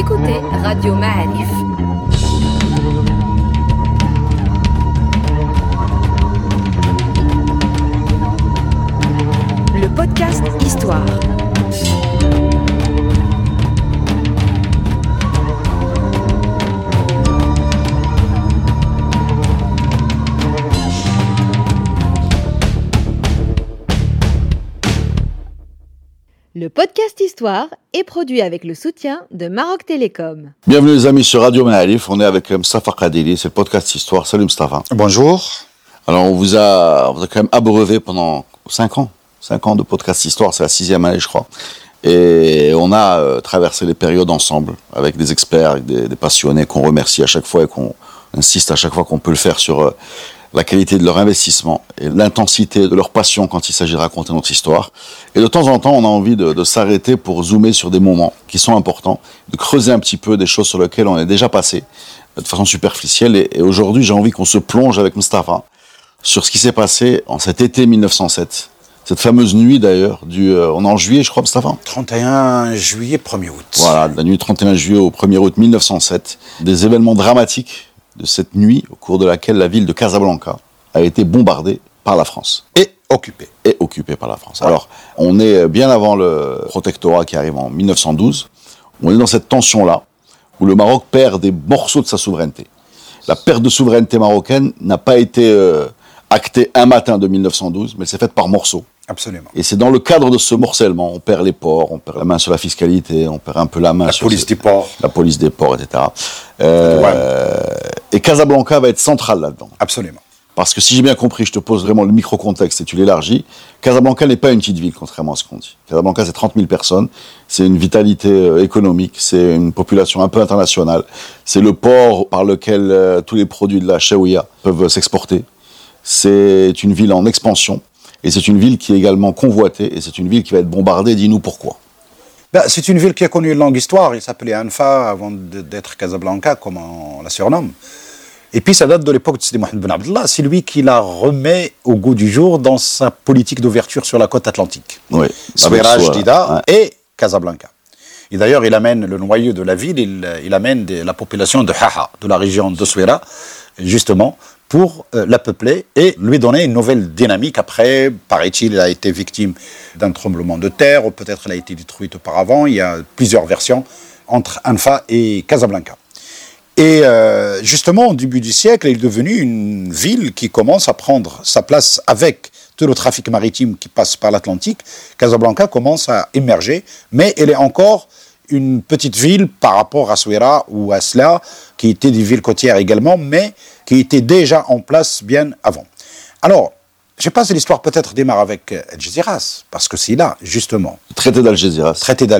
écoutez Radio Ma'arif. Le podcast Histoire. Le podcast Histoire est produit avec le soutien de Maroc Télécom. Bienvenue les amis sur Radio Ma'arif, on est avec Mustafa Kadili, c'est le podcast Histoire. Salut Mustafa. Bonjour. Alors on vous a quand même abreuvé pendant 5 ans de podcast Histoire, c'est la 6e année je crois. Et on a traversé les périodes ensemble avec des experts, avec des passionnés qu'on remercie à chaque fois et qu'on insiste à chaque fois qu'on peut le faire sur la qualité de leur investissement et l'intensité de leur passion quand il s'agit de raconter notre histoire. Et de temps en temps, on a envie de s'arrêter pour zoomer sur des moments qui sont importants, de creuser un petit peu des choses sur lesquelles on est déjà passé de façon superficielle. Et aujourd'hui, j'ai envie qu'on se plonge avec Mustafa sur ce qui s'est passé en cet été 1907. Cette fameuse nuit d'ailleurs, on est en juillet je crois Mustafa 31 juillet, 1er août. Voilà, la nuit 31 juillet au 1er août 1907. Des événements dramatiques de cette nuit au cours de laquelle la ville de Casablanca a été bombardée par la France. Et occupée par la France. Alors, on est bien avant le protectorat qui arrive en 1912. On est dans cette tension-là où le Maroc perd des morceaux de sa souveraineté. La perte de souveraineté marocaine n'a pas été actée un matin de 1912, mais elle s'est faite par morceaux. Absolument. Et c'est dans le cadre de ce morcellement, on perd les ports, on perd la main sur la fiscalité, on perd un peu la main sur la police des ports, etc. Et Casablanca va être centrale là-dedans. Absolument. Parce que si j'ai bien compris, je te pose vraiment le micro-contexte et tu l'élargis, Casablanca n'est pas une petite ville, contrairement à ce qu'on dit. Casablanca, c'est 30 000 personnes, c'est une vitalité économique, c'est une population un peu internationale, c'est le port par lequel tous les produits de la Chaouia peuvent s'exporter, c'est une ville en expansion, et c'est une ville qui est également convoitée, et c'est une ville qui va être bombardée. Dis-nous pourquoi. C'est une ville qui a connu une longue histoire. Il s'appelait Anfa avant d'être Casablanca, comme on la surnomme. Et puis ça date de l'époque de Sidi Mohamed Ben Abdallah. C'est lui qui la remet au goût du jour dans sa politique d'ouverture sur la côte atlantique. Oui. Souera, Jdida et Casablanca. Et d'ailleurs, il amène le noyau de la ville, il amène la population de Haha, de la région de Souera, justement, pour la peupler et lui donner une nouvelle dynamique. Après, paraît-il, il a été victime d'un tremblement de terre, ou peut-être il a été détruite auparavant. Il y a plusieurs versions entre Anfa et Casablanca. Et justement, au début du siècle, il est devenu une ville qui commence à prendre sa place avec tout le trafic maritime qui passe par l'Atlantique. Casablanca commence à émerger, mais elle est encore une petite ville par rapport à Souera ou à Sla, qui étaient des villes côtières également, mais qui étaient déjà en place bien avant. Alors, je ne sais pas si l'histoire peut-être démarre avec Algésiras, parce que c'est là, justement. Traité d'Algésiras.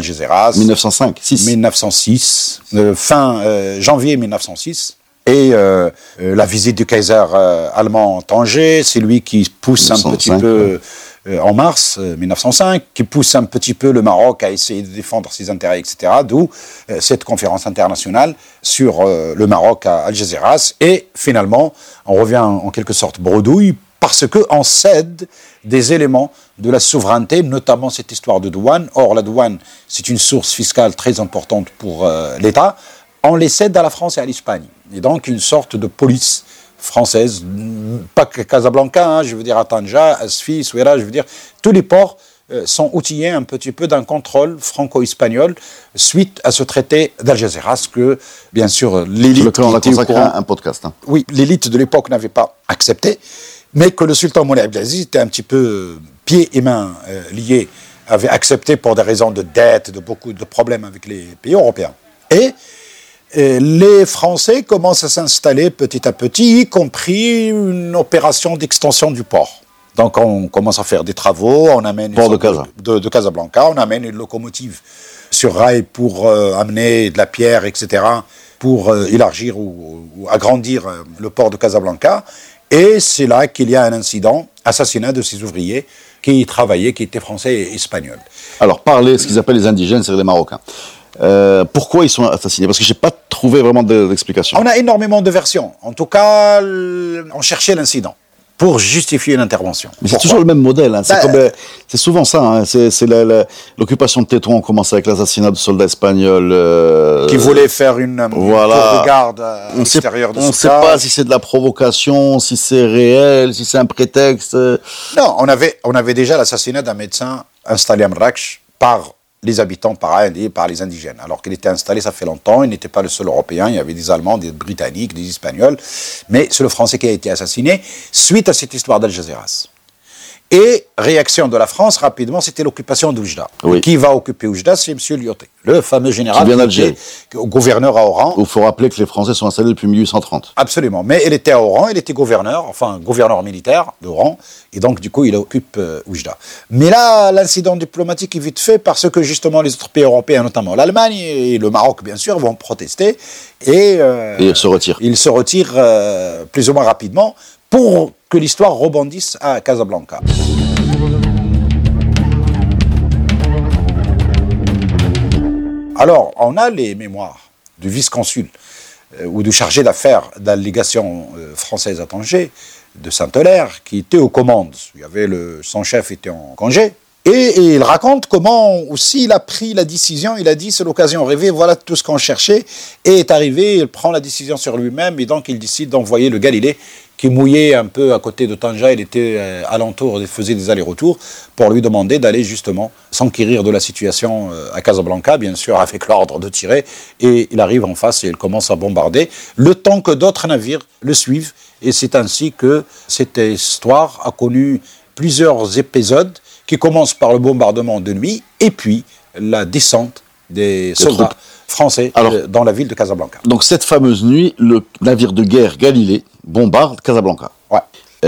1906, fin janvier 1906. Et la visite du Kaiser allemand en Tanger, c'est lui qui pousse 1905, un petit peu, en mars 1905, qui pousse un petit peu le Maroc à essayer de défendre ses intérêts, etc. D'où cette conférence internationale sur le Maroc à Algésiras. Et finalement, on revient en quelque sorte bredouille, parce qu'on cède des éléments de la souveraineté, notamment cette histoire de douane. Or, la douane, c'est une source fiscale très importante pour l'État. On les cède à la France et à l'Espagne. Et donc, une sorte de police française, pas que Casablanca, je veux dire à Tanja, à Sfi, Souera, je veux dire, tous les ports sont outillés un petit peu d'un contrôle franco-espagnol suite à ce traité d'Algésiras que, bien sûr, l'élite... On a consacré un podcast. Oui, l'élite de l'époque n'avait pas accepté, mais que le sultan Moulay Abdelaziz était un petit peu pieds et mains liés, avait accepté pour des raisons de dette, de beaucoup de problèmes avec les pays européens. Et les Français commencent à s'installer petit à petit, y compris une opération d'extension du port. Donc on commence à faire des travaux, on amène port de Casablanca, on amène une locomotive sur rail pour amener de la pierre, etc., pour élargir ou agrandir le port de Casablanca. Et c'est là qu'il y a un incident, assassinat de ces ouvriers qui y travaillaient, qui étaient français et espagnols. Alors parlez, ce qu'ils appellent les indigènes, c'est les Marocains. Pourquoi ils sont assassinés? Parce que je n'ai pas trouvé vraiment d'explication. On a énormément de versions. En tout cas, on cherchait l'incident. pour justifier une intervention. Mais c'est toujours le même modèle. Hein. C'est souvent ça. Hein. C'est l'occupation de Tétouan commence avec l'assassinat de soldats espagnols. Qui voulaient faire une tour de garde à l'extérieur de ce On ne sait pas si c'est de la provocation, si c'est réel, si c'est un prétexte. Non, on avait déjà l'assassinat d'un médecin installé à Marrakech par les habitants, par les indigènes. Alors qu'il était installé, ça fait longtemps, il n'était pas le seul Européen, il y avait des Allemands, des Britanniques, des Espagnols, mais c'est le Français qui a été assassiné suite à cette histoire d'Algésiras. Et réaction de la France, rapidement, c'était l'occupation d'Oujda. Oui. Qui va occuper Oujda? C'est M. Lyoté, le fameux général qui vient d'Algérie, gouverneur à Oran. Il faut rappeler que les Français sont installés depuis 1830. Absolument, mais il était à Oran, il était gouverneur militaire d'Oran, et donc du coup il occupe Oujda. Mais là, l'incident diplomatique est vite fait parce que justement les autres pays européens, notamment l'Allemagne et le Maroc bien sûr, vont protester et il se retire. Il se retire plus ou moins rapidement pour que l'histoire rebondisse à Casablanca. Alors, on a les mémoires du vice-consul ou du chargé d'affaires de la légation française à Tanger, de Saint-Hilaire, qui était aux commandes. Son chef était en congé. Et il raconte comment aussi il a pris la décision, il a dit c'est l'occasion rêvée, voilà tout ce qu'on cherchait, et est arrivé, il prend la décision sur lui-même, et donc il décide d'envoyer le Galilée, qui mouillait un peu à côté de Tanger, il était alentour, il faisait des allers-retours, pour lui demander d'aller justement s'enquérir de la situation à Casablanca, bien sûr avec l'ordre de tirer, et il arrive en face et il commence à bombarder, le temps que d'autres navires le suivent, et c'est ainsi que cette histoire a connu plusieurs épisodes, qui commence par le bombardement de nuit et puis la descente des soldats français dans la ville de Casablanca. Donc cette fameuse nuit, le navire de guerre Galilée bombarde Casablanca. Ouais.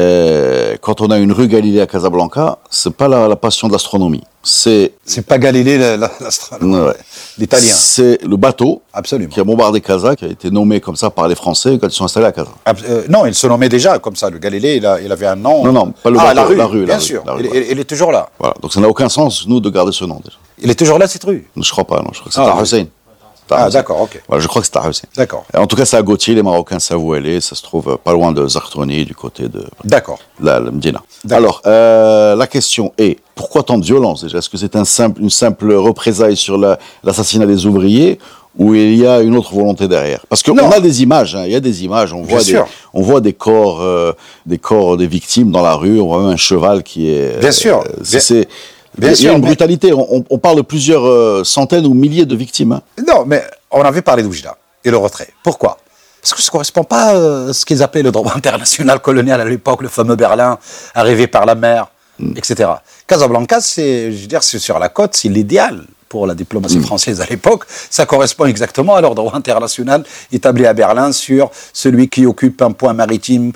Quand on a une rue Galilée à Casablanca, c'est pas la passion de l'astronomie. C'est pas Galilée l'astronome. Ouais. L'italien. C'est le bateau Absolument. Qui a bombardé Casa, qui a été nommé comme ça par les Français quand ils sont installés à Casa. Non, il se nommait déjà comme ça. Le Galilée, il avait un nom. Non, pas le bateau, la rue. Bien sûr. Il est toujours là. Voilà. Donc ça n'a aucun sens, nous, de garder ce nom déjà. Il est toujours là, cette rue? Je crois pas, non. Je crois que c'est Taha Hussein. D'accord, ok. Voilà, je crois que c'est Taha Hussein. D'accord. En tout cas, c'est à Gauthier, les Marocains savent où elle est. Ça se trouve pas loin de Zartroni, du côté de la Mdina. Alors, la question est, pourquoi tant de violence déjà? Est-ce que c'est une simple représailles sur l'assassinat des ouvriers ou il y a une autre volonté derrière? Parce qu'on a des images, il y a des images, on voit des corps des victimes dans la rue, on voit même un cheval qui est... Bien sûr. Il y a une brutalité, on parle de plusieurs centaines ou milliers de victimes. Hein. Non, mais on avait parlé d'Oujda et le retrait. Pourquoi? Parce que ça ne correspond pas à ce qu'ils appelaient le droit international colonial à l'époque, le fameux Berlin, arrivé par la mer, etc. Casablanca, c'est sur la côte, c'est l'idéal pour la diplomatie française à l'époque. Ça correspond exactement à leur droit international établi à Berlin sur celui qui occupe un point maritime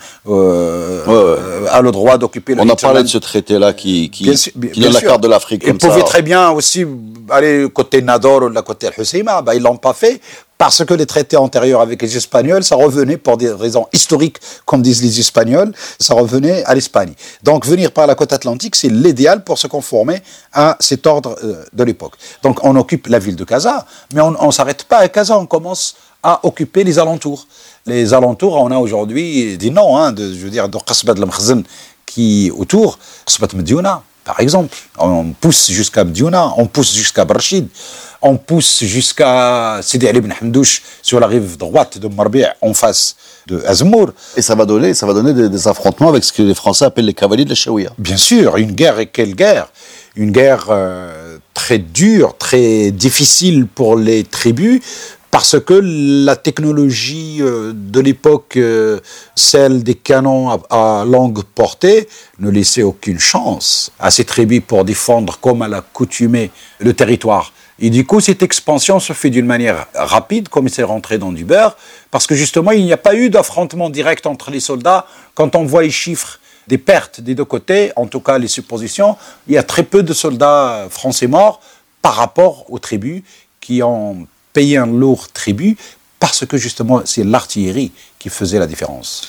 a le droit d'occuper le On a parlé de ce traité-là qui donne la carte de l'Afrique comme ça. Ils pouvaient très bien aussi aller côté Nador ou de la côté Al-Husseima. Ils ne l'ont pas fait parce que les traités antérieurs avec les Espagnols, ça revenait pour des raisons historiques, comme disent les Espagnols, ça revenait à l'Espagne. Donc venir par la côte atlantique, c'est l'idéal pour se conformer à cet ordre de l'époque. Donc on occupe la ville de Casa, mais on ne s'arrête pas à Casa, on commence à occuper les alentours. Les alentours, on a aujourd'hui des noms, de Qasbat al-Makhzen qui autour, Qasbat Mediouna, par exemple. On pousse jusqu'à Mediouna, on pousse jusqu'à Barchid, on pousse jusqu'à Sidi Ali ibn Hamdouche sur la rive droite de Marbi' en face de Azmour. Et ça va donner des affrontements avec ce que les Français appellent les cavaliers de la Chaouia. Bien sûr, une guerre, et quelle guerre? Une guerre très dure, très difficile pour les tribus, parce que la technologie de l'époque, celle des canons à longue portée, ne laissait aucune chance à ces tribus pour défendre comme à l'accoutumée le territoire. Et du coup, cette expansion se fait d'une manière rapide, comme c'est rentré dans du beurre, parce que justement, il n'y a pas eu d'affrontement direct entre les soldats. Quand on voit les chiffres des pertes des deux côtés, en tout cas les suppositions, il y a très peu de soldats français morts par rapport aux tribus qui ont payé un lourd tribut, parce que justement, c'est l'artillerie qui faisait la différence.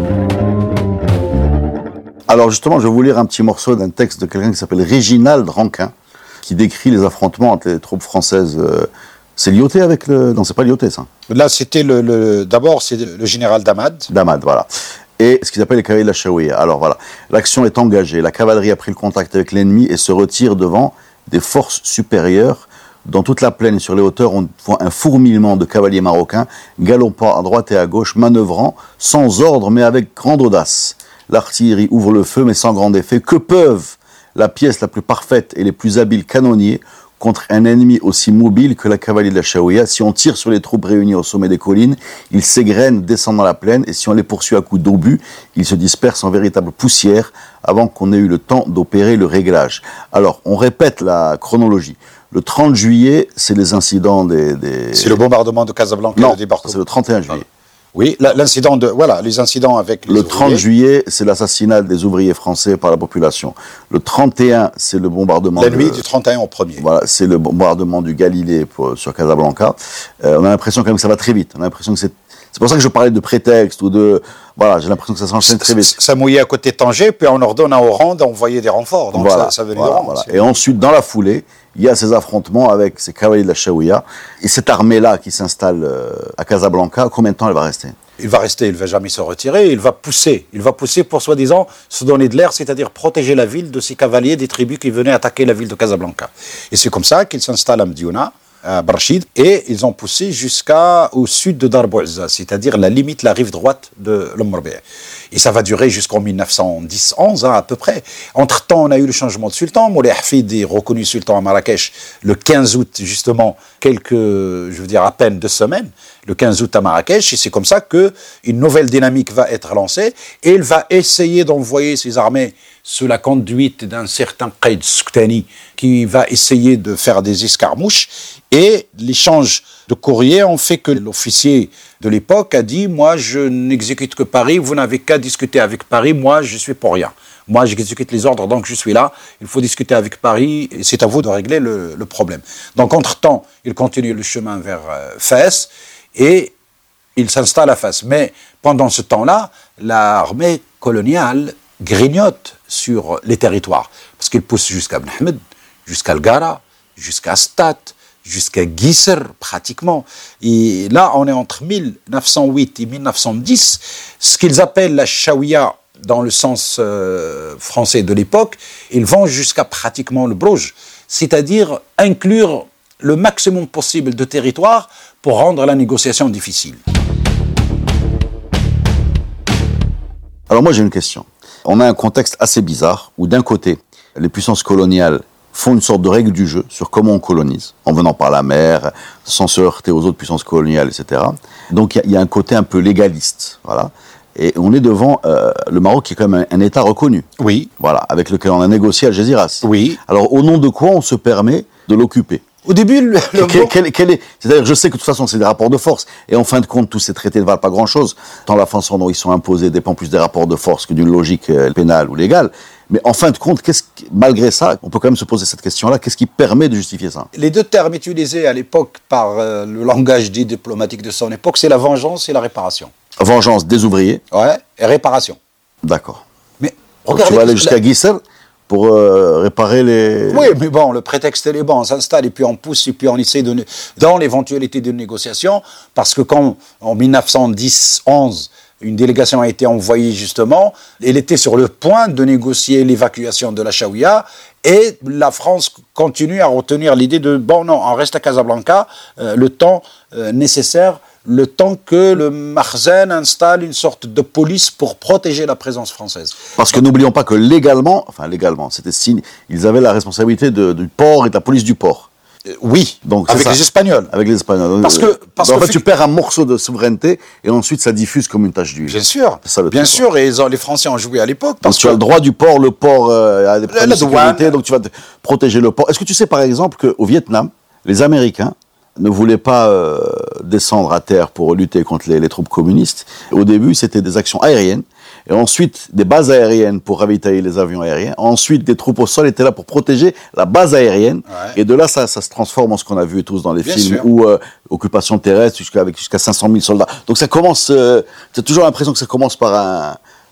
Alors justement, je vais vous lire un petit morceau d'un texte de quelqu'un qui s'appelle Réginald Rankin, qui décrit les affrontements entre les troupes françaises. C'est Lyoté avec le... Non, c'est pas Lyoté, ça. Là, c'était d'abord, c'est le général Damad. Damad, voilà. et ce qu'ils appellent les cavaliers de la Chaouia. Alors voilà, l'action est engagée, la cavalerie a pris le contact avec l'ennemi et se retire devant des forces supérieures. Dans toute la plaine et sur les hauteurs, on voit un fourmillement de cavaliers marocains, galopant à droite et à gauche, manœuvrant, sans ordre, mais avec grande audace. L'artillerie ouvre le feu, mais sans grand effet. Que peuvent la pièce la plus parfaite et les plus habiles canonniers contre un ennemi aussi mobile que la cavalerie de la Chaouia? Si on tire sur les troupes réunies au sommet des collines, ils s'égrènent, descendent dans la plaine, et si on les poursuit à coups d'obus, ils se dispersent en véritable poussière avant qu'on ait eu le temps d'opérer le réglage. Alors, on répète la chronologie. Le 30 juillet, c'est les incidents C'est le bombardement de Casablanca, non, le débarquement. c'est le 31 juillet. Oui, les incidents avec les Le ouvriers. 30 juillet, c'est l'assassinat des ouvriers français par la population. Le 31, c'est le bombardement... La nuit du 31 au 1er. Voilà, c'est le bombardement du Galilée sur Casablanca. On a l'impression quand même que ça va très vite. On a l'impression que c'est pour ça que je parlais de prétexte ou de... Voilà, j'ai l'impression que ça s'enchaîne très vite. Ça mouillait à côté de Tanger, puis on ordonne à Oran d'envoyer des renforts. Donc voilà, ça venait d'Oran. Voilà. Et ensuite, dans la foulée, il y a ces affrontements avec ces cavaliers de la Chaouia. Et cette armée-là qui s'installe à Casablanca, combien de temps elle va rester? Il va rester, il ne va jamais se retirer, il va pousser pour soi-disant se donner de l'air, c'est-à-dire protéger la ville de ces cavaliers des tribus qui venaient attaquer la ville de Casablanca. Et c'est comme ça qu'il s'installe à Mediouna, à Barchid, et ils ont poussé jusqu'au sud de Dar Bouazza, c'est-à-dire la limite, la rive droite de l'Umm. Et ça va durer jusqu'en 1910-11, à peu près. Entre-temps, on a eu le changement de sultan. Moulay Hafid est reconnu sultan à Marrakech le 15 août, justement, à peine 2 semaines, le 15 août à Marrakech. Et c'est comme ça qu'une nouvelle dynamique va être lancée. Et il va essayer d'envoyer ses armées sous la conduite d'un certain Qaïd Souktani qui va essayer de faire des escarmouches. Et l'échange de courrier ont fait que l'officier de l'époque a dit « Moi, je n'exécute que Paris, vous n'avez qu'à discuter avec Paris, moi, je suis pour rien. Moi, j'exécute les ordres, donc je suis là. Il faut discuter avec Paris, et c'est à vous de régler le problème. » Donc, entre-temps, il continue le chemin vers Fès, et il s'installe à Fès. Mais pendant ce temps-là, l'armée coloniale grignote sur les territoires, parce qu'il pousse jusqu'à Ben Ahmed, jusqu'à Al-Gara, jusqu'à Stat, jusqu'à Guisr, pratiquement. Et là, on est entre 1908 et 1910. Ce qu'ils appellent la Chaouia, dans le sens français de l'époque, ils vont jusqu'à pratiquement le Brouge, c'est-à-dire inclure le maximum possible de territoire pour rendre la négociation difficile. Alors moi, j'ai une question. On a un contexte assez bizarre où, d'un côté, les puissances coloniales font une sorte de règle du jeu sur comment on colonise, en venant par la mer, sans se heurter aux autres puissances coloniales, etc. Donc il y a un côté un peu légaliste, voilà. Et on est devant le Maroc, qui est quand même un État reconnu. Oui. Voilà, avec lequel on a négocié Algésiras. Oui. Alors au nom de quoi on se permet de l'occuper? Au début, c'est-à-dire, je sais que de toute façon, c'est des rapports de force. Et en fin de compte, tous ces traités ne valent pas grand-chose. Tant la façon dont ils sont imposés dépend plus des rapports de force que d'une logique pénale ou légale. Mais en fin de compte, malgré ça, on peut quand même se poser cette question-là. Qu'est-ce qui permet de justifier ça? Les deux termes utilisés à l'époque par le langage dit diplomatique de son époque, c'est la vengeance et la réparation. Vengeance des ouvriers. Ouais, et réparation. D'accord. Mais regardez, tu vas aller jusqu'à Guisr pour réparer les... Oui, mais bon, le prétexte est bon, on s'installe et puis on pousse et puis on essaie dans l'éventualité d'une négociation, parce que quand, en 1910-11, une délégation a été envoyée justement, elle était sur le point de négocier l'évacuation de la Chaouia, et la France continue à retenir l'idée de, bon non, on reste à Casablanca, le temps nécessaire, le temps que le Makhzen installe une sorte de police pour protéger la présence française. Parce que n'oublions pas que légalement, ils avaient la responsabilité du port et de la police du port. Oui, donc avec les Espagnols. Avec les Espagnols. Parce en fait, tu perds un morceau de souveraineté et ensuite ça diffuse comme une tache d'huile. Bien sûr, bien sûr, et les Français ont joué à l'époque. Parce que tu as le droit du port, le port a des problèmes de sécurité, donc tu vas protéger le port. Est-ce que tu sais par exemple qu'au Vietnam, les Américains ne voulaient pas descendre à terre pour lutter contre les troupes communistes? Au début, c'était des actions aériennes. Et ensuite, des bases aériennes pour ravitailler les avions aériens. Ensuite, des troupes au sol étaient là pour protéger la base aérienne. Ouais. Et de là, ça se transforme en ce qu'on a vu tous dans les films, où occupation terrestre jusqu'à 500 000 soldats. Donc ça commence, t'as toujours l'impression que ça commence par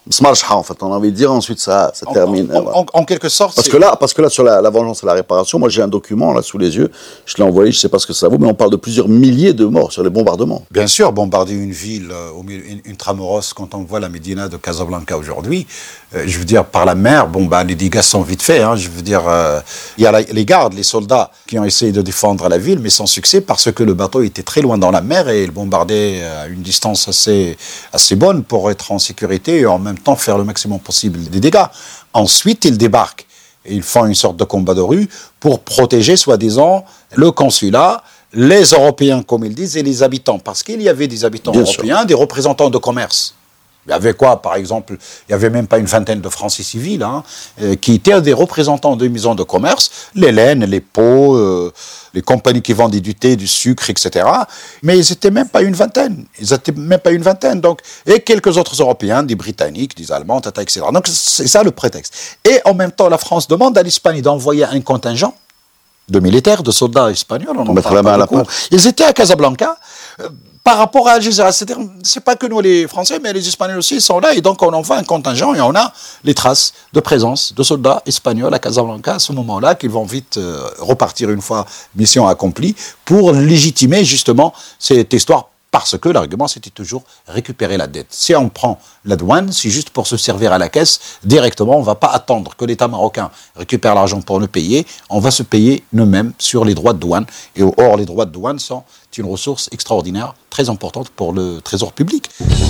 Smarcha, en fait, on a envie de dire, ensuite ça termine. En quelque sorte. Parce que là, sur la vengeance et la réparation, moi j'ai un document là sous les yeux, je l'ai envoyé, je ne sais pas ce que ça vaut, mais on parle de plusieurs milliers de morts sur les bombardements. Bien sûr, bombarder une ville, Intramuros, quand on voit la Médina de Casablanca aujourd'hui, je veux dire, par la mer, les dégâts sont vite faits. Je veux dire, il y a les gardes, les soldats qui ont essayé de défendre la ville, mais sans succès, parce que le bateau était très loin dans la mer et il bombardait à une distance assez bonne pour être en sécurité et en même temps faire le maximum possible des dégâts. Ensuite, ils débarquent et ils font une sorte de combat de rue pour protéger, soi-disant, le consulat, les Européens, comme ils disent, et les habitants. Parce qu'il y avait des habitants européens, des représentants de commerce. Il y avait quoi, par exemple? Il n'y avait même pas une vingtaine de Français civils qui étaient des représentants de maisons de commerce, les laines, les pots, les compagnies qui vendaient du thé, du sucre, etc. Mais ils n'étaient même pas une vingtaine. Donc, et quelques autres Européens, des Britanniques, des Allemands, etc. Donc c'est ça le prétexte. Et en même temps, la France demande à l'Espagne d'envoyer un contingent de militaires, de soldats espagnols. On mettre la main à la pâte. Ils étaient à Casablanca. Par rapport à Algérie, c'est-à-dire, c'est pas que nous les Français, mais les Espagnols aussi sont là, et donc on envoie un contingent et on a les traces de présence de soldats espagnols à Casablanca à ce moment-là, qu'ils vont vite repartir une fois mission accomplie pour légitimer justement cette histoire, parce que l'argument c'était toujours récupérer la dette. Si on prend la douane, c'est juste pour se servir à la caisse directement, on ne va pas attendre que l'État marocain récupère l'argent pour nous payer, on va se payer nous-mêmes sur les droits de douane, et or les droits de douane sont une ressource extraordinaire, très importante pour le trésor public.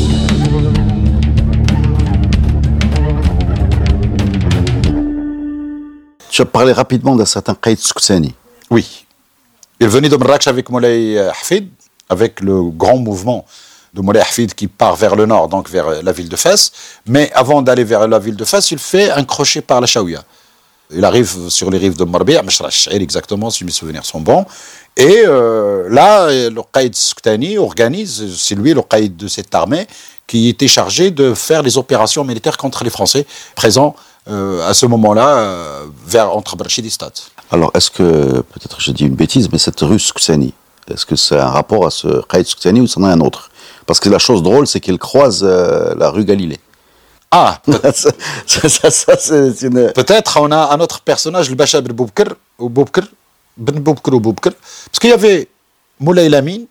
Tu as parlé rapidement d'un certain Qaïd Souksani. Oui. Il venait de Marrakech avec Moulay Hafid, avec le grand mouvement de Moulay Hafid qui part vers le nord, donc vers la ville de Fès. Mais avant d'aller vers la ville de Fès, il fait un crochet par la Chaouia. Il arrive sur les rives de Marbi', à Mashra-Sh'air exactement, si mes souvenirs sont bons. Et là, le Qaïd Souktani organise, c'est lui le Qaïd de cette armée, qui était chargé de faire les opérations militaires contre les Français présents à ce moment-là, entre Brachid et Stade. Alors, est-ce que, peut-être je dis une bêtise, mais cette rue Souksani, est-ce que c'est un rapport à ce Qaïd Souktani ou c'en est un autre? Parce que la chose drôle, c'est qu'il croise la rue Galilée. Ah, c'est une... Peut-être on a un autre personnage, le Bacha Ben Boubkr, parce qu'il y avait Moulay Lamine,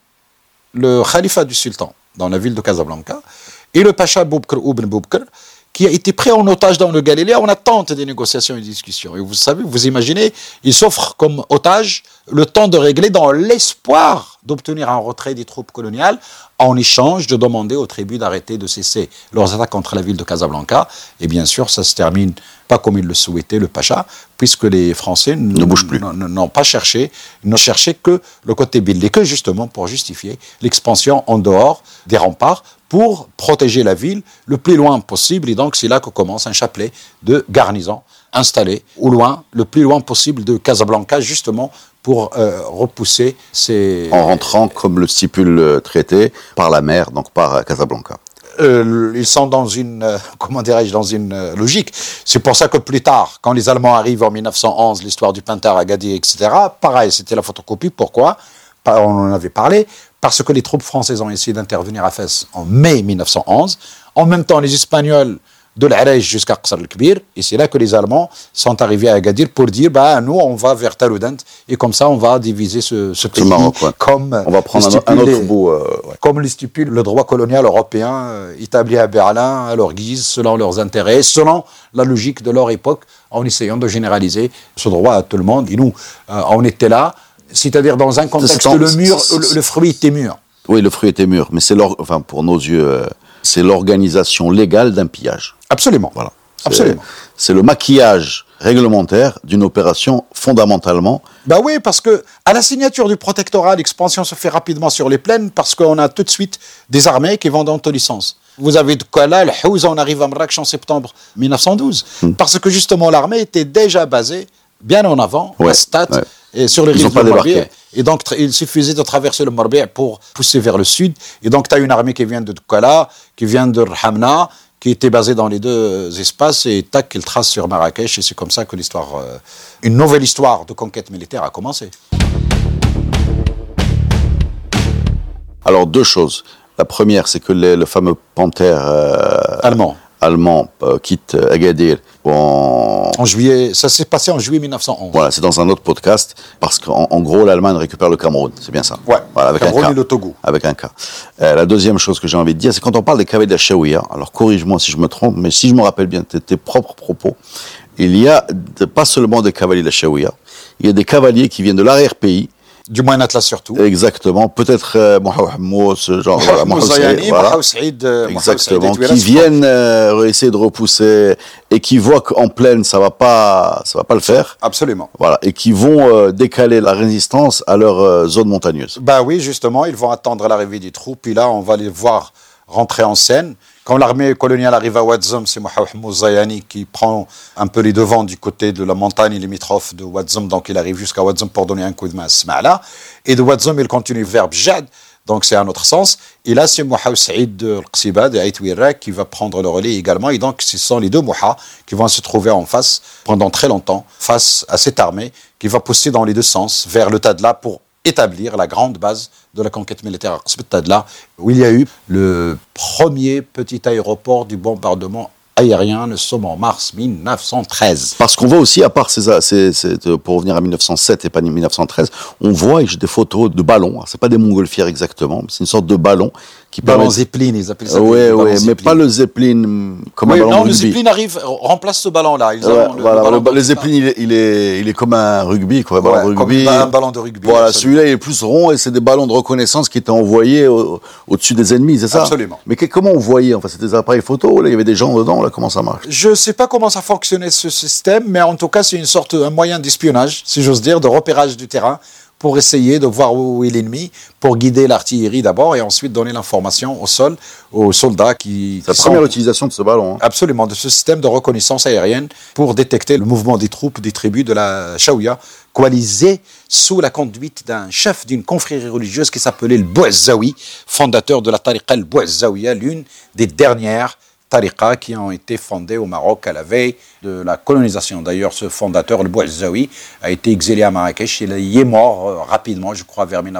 le khalifa du sultan, dans la ville de Casablanca, et le Pacha Boubkr ou Ben Boubkr, qui a été pris en otage dans le Galilée en attente des négociations et des discussions. Et vous savez, vous imaginez, il s'offre comme otage le temps de régler dans l'espoir d'obtenir un retrait des troupes coloniales en échange de demander aux tribus d'arrêter de cesser leurs attaques contre la ville de Casablanca. Et bien sûr, ça se termine pas comme il le souhaitait, le Pacha, puisque les Français ne bougent plus. N'ont pas cherché, ne cherchaient que le côté belliqueux, justement, pour justifier l'expansion en dehors des remparts, pour protéger la ville le plus loin possible. Et donc, c'est là que commence un chapelet de garnison installé au loin, le plus loin possible de Casablanca, justement, pour repousser ces... En rentrant, comme le stipule le traité, par la mer, donc par Casablanca. Ils sont dans une, dans une logique. C'est pour ça que plus tard, quand les Allemands arrivent en 1911, l'histoire du Pintar, Agadir, etc., pareil, c'était la photocopie. Pourquoi? On en avait parlé. Parce que les troupes françaises ont essayé d'intervenir à Fès en mai 1911. En même temps, les Espagnols de l'Arèche jusqu'à Qasr el-Kbir. Et c'est là que les Allemands sont arrivés à Agadir pour dire, nous, on va vers Taloudant. Et comme ça, on va diviser ce pays. Maroc, ouais. Comme on va prendre un autre bout. Ouais. Comme le stipule le droit colonial européen établi à Berlin, à leur guise, selon leurs intérêts, selon la logique de leur époque, en essayant de généraliser ce droit à tout le monde. Et nous, on était là. C'est-à-dire dans un contexte où le fruit était mûr. Oui, le fruit était mûr, mais pour nos yeux, c'est l'organisation légale d'un pillage. Absolument. Voilà. Absolument. C'est le maquillage réglementaire d'une opération fondamentalement. Oui, parce que à la signature du protectorat, l'expansion se fait rapidement sur les plaines parce qu'on a tout de suite des armées qui vont dans tous les sens. Vous avez de quoi là, le Houza, on arrive à Marrakech en septembre 1912, parce que justement l'armée était déjà basée bien en avant, à Stade. Ouais. Et sur les rives du Marbi', et donc il suffisait de traverser le Marbi' pour pousser vers le sud. Et donc tu as une armée qui vient de Douala, qui vient de Hamna, qui était basée dans les deux espaces, et tac, il trace sur Marrakech, et c'est comme ça que une nouvelle histoire de conquête militaire a commencé. Alors deux choses. La première, c'est que le fameux panthère allemands quittent Agadir en juillet, ça s'est passé en juillet 1911. Voilà, c'est dans un autre podcast, parce qu'en gros, l'Allemagne récupère le Cameroun, c'est bien ça. Ouais, voilà, avec Cameroun un cas, et le Togo. Avec un cas. La deuxième chose que j'ai envie de dire, c'est quand on parle des cavaliers d'Achaouia, alors corrige-moi si je me trompe, mais si je me rappelle bien tes propres propos, il y a pas seulement des cavaliers d'Achaouia, il y a des cavaliers qui viennent de l'arrière-pays, du Moyen Atlas surtout. Exactement, peut-être Mohamed ce genre, Saïd, exactement, qui viennent essayer de repousser et qui voient qu'en plaine ça va pas le faire. Absolument. Voilà, et qui vont décaler la résistance à leur zone montagneuse. Bah oui, justement, ils vont attendre l'arrivée des troupes, et là on va les voir rentrer en scène. Quand l'armée coloniale arrive à Ouadzem, c'est Mohamed Zayani qui prend un peu les devants du côté de la montagne limitrophe de Ouadzem, donc il arrive jusqu'à Ouadzem pour donner un coup de main à Smaala. Et de Ouadzem, il continue vers Bjad, donc c'est un autre sens. Et là, c'est Mohamed Saïd Al-Qsiba de Aïtouira qui va prendre le relais également. Et donc, ce sont les deux Moha qui vont se trouver en face pendant très longtemps, face à cette armée qui va pousser dans les deux sens vers le Tadla pour établir la grande base de la conquête militaire à Qasb Tadla, où il y a eu le premier petit aéroport du bombardement aérien, nous sommes en mars 1913. Parce qu'on voit aussi, à part pour revenir à 1907 et pas 1913, on voit des photos de ballons. Alors, c'est pas des montgolfières exactement, mais c'est une sorte de ballon qui ballon Zeppelin, ils appellent ça. Oui, mais pas le Zeppelin comme un ballon de rugby. Non, le Zeppelin remplace ce ballon-là. Le Zeppelin, il est comme un rugby, quoi. Comme un ballon de rugby. Voilà, celui-là, il est plus rond et c'est des ballons de reconnaissance qui étaient envoyés au-dessus des ennemis, c'est ça? Absolument. Mais comment on voyait? Enfin, c'était des appareils photo, là, il y avait des gens dedans, là, comment ça marche? Je ne sais pas comment ça fonctionnait ce système, mais en tout cas, c'est un moyen d'espionnage, si j'ose dire, de repérage du terrain, pour essayer de voir où est l'ennemi, pour guider l'artillerie d'abord et ensuite donner l'information au sol, aux soldats qui... C'est la première utilisation de ce ballon. Hein. Absolument, de ce système de reconnaissance aérienne pour détecter le mouvement des troupes, des tribus de la Chaouia, coalisées sous la conduite d'un chef d'une confrérie religieuse qui s'appelait le Bouazzaoui, fondateur de la tariqa al-Bouazzaouia, l'une des dernières tariqa qui ont été fondées au Maroc à la veille de la colonisation. D'ailleurs, ce fondateur, le Bouazzaoui, a été exilé à Marrakech. Il y est mort rapidement, je crois, vers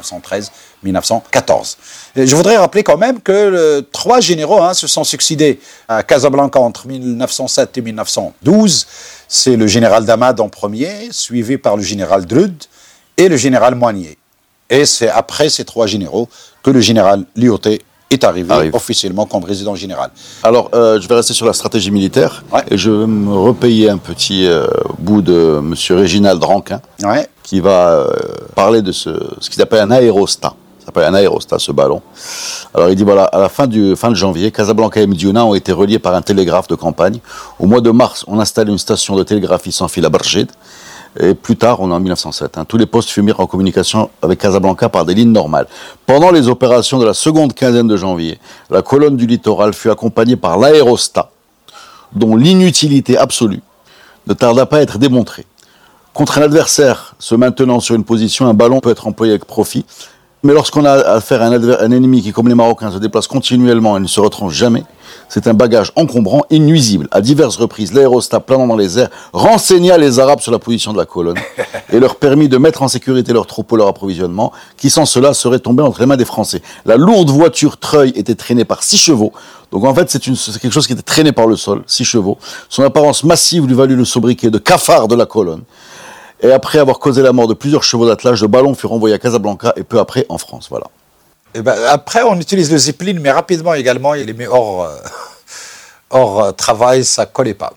1913-1914. Je voudrais rappeler quand même que 3 généraux se sont succédés à Casablanca entre 1907 et 1912. C'est le général Damad en premier, suivi par le général Drud et le général Moignet. Et c'est après ces 3 généraux que le général Lyautey est arrivé officiellement comme président général. Alors, je vais rester sur la stratégie militaire et je vais me repayer un petit bout de M. Réginald Rankin qui va parler de ce qu'il appelle un aérostat. Ça s'appelle un aérostat, ce ballon. Alors, il dit, voilà, à la fin de janvier, Casablanca et Mediouna ont été reliés par un télégraphe de campagne. Au mois de mars, on installe une station de télégraphie sans fil à Barjid. Et plus tard, on est en 1907. Tous les postes furent mis en communication avec Casablanca par des lignes normales. Pendant les opérations de la seconde quinzaine de janvier, la colonne du littoral fut accompagnée par l'aérostat, dont l'inutilité absolue ne tarda pas à être démontrée. Contre un adversaire se maintenant sur une position, un ballon peut être employé avec profit. Mais lorsqu'on a affaire à un ennemi qui, comme les Marocains, se déplace continuellement et ne se retranche jamais, c'est un bagage encombrant et nuisible. À diverses reprises, l'aérostat planant dans les airs renseigna les Arabes sur la position de la colonne et leur permit de mettre en sécurité leurs troupeaux, leur approvisionnement, qui sans cela seraient tombés entre les mains des Français. La lourde voiture treuil était traînée par 6 chevaux. Donc en fait, c'est quelque chose qui était traîné par le sol, 6 chevaux. Son apparence massive lui valut le sobriquet de cafard de la colonne. Et après avoir causé la mort de plusieurs chevaux d'attelage, le ballon fut renvoyé à Casablanca et peu après en France. Voilà. Et après, on utilise le Zeppelin, mais rapidement également, il est mis hors travail, ça collait pas.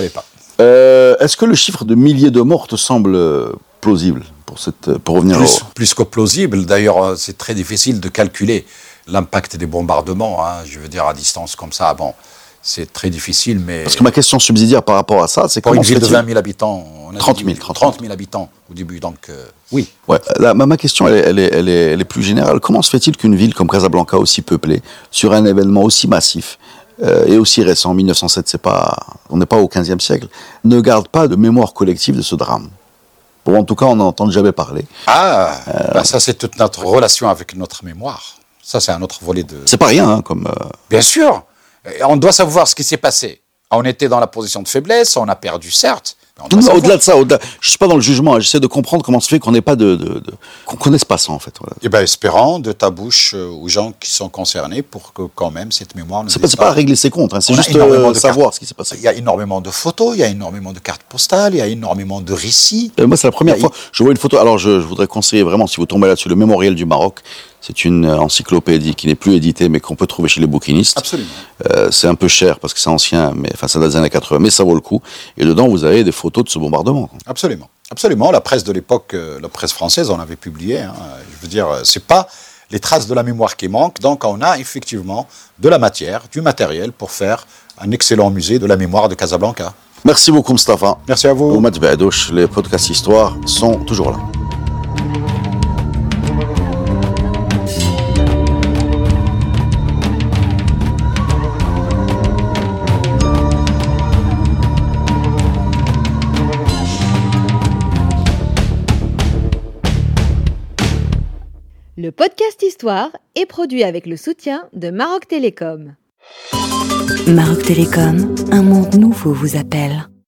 Est-ce que le chiffre de milliers de morts te semble plausible pour revenir plus que plausible. D'ailleurs, c'est très difficile de calculer l'impact des bombardements. Je veux dire, à distance comme ça, c'est très difficile, mais... Parce que ma question subsidiaire par rapport à ça, c'est pour une ville de 20 000 habitants, on a 30 000 habitants au début, donc oui. Ouais, ma question, elle est plus générale. Comment se fait-il qu'une ville comme Casablanca, aussi peuplée, sur un événement aussi massif et aussi récent, 1907, on n'est pas au XVe siècle, ne garde pas de mémoire collective de ce drame? Bon, en tout cas, on n'en entend jamais parler. Ça, c'est toute notre relation avec notre mémoire. Ça, c'est un autre volet de... C'est pas rien, comme... Bien sûr. On doit savoir ce qui s'est passé. On était dans la position de faiblesse, on a perdu, certes. Au-delà de ça, je suis pas dans le jugement, hein, j'essaie de comprendre comment se fait qu'on n'ait pas qu'on connaisse pas ça en fait. Voilà. Eh ben, espérons de ta bouche aux gens qui sont concernés pour que quand même cette mémoire ne c'est pas régler ses comptes, hein, c'est juste savoir ce qui s'est passé. Il y a énormément de photos, il y a énormément de cartes postales, il y a énormément de récits. Moi, c'est la première fois je vois une photo. Alors, je voudrais conseiller vraiment, si vous tombez là-dessus, le Mémorial du Maroc. C'est une encyclopédie qui n'est plus éditée, mais qu'on peut trouver chez les bouquinistes. Absolument. C'est un peu cher parce que c'est ancien, mais enfin, ça date des années 80, mais ça vaut le coup. Et dedans, vous avez des photos de ce bombardement. Quoi. Absolument. Absolument. La presse de l'époque, la presse française, on avait publié. Hein. Je veux dire, c'est pas les traces de la mémoire qui manquent. Donc, on a effectivement de la matière, du matériel pour faire un excellent musée de la mémoire de Casablanca. Merci beaucoup, Mustapha. Merci à vous. Au Match Baadouche, les podcasts Histoire sont toujours là. Le podcast Histoire est produit avec le soutien de Maroc Télécom. Maroc Télécom, un monde nouveau vous appelle.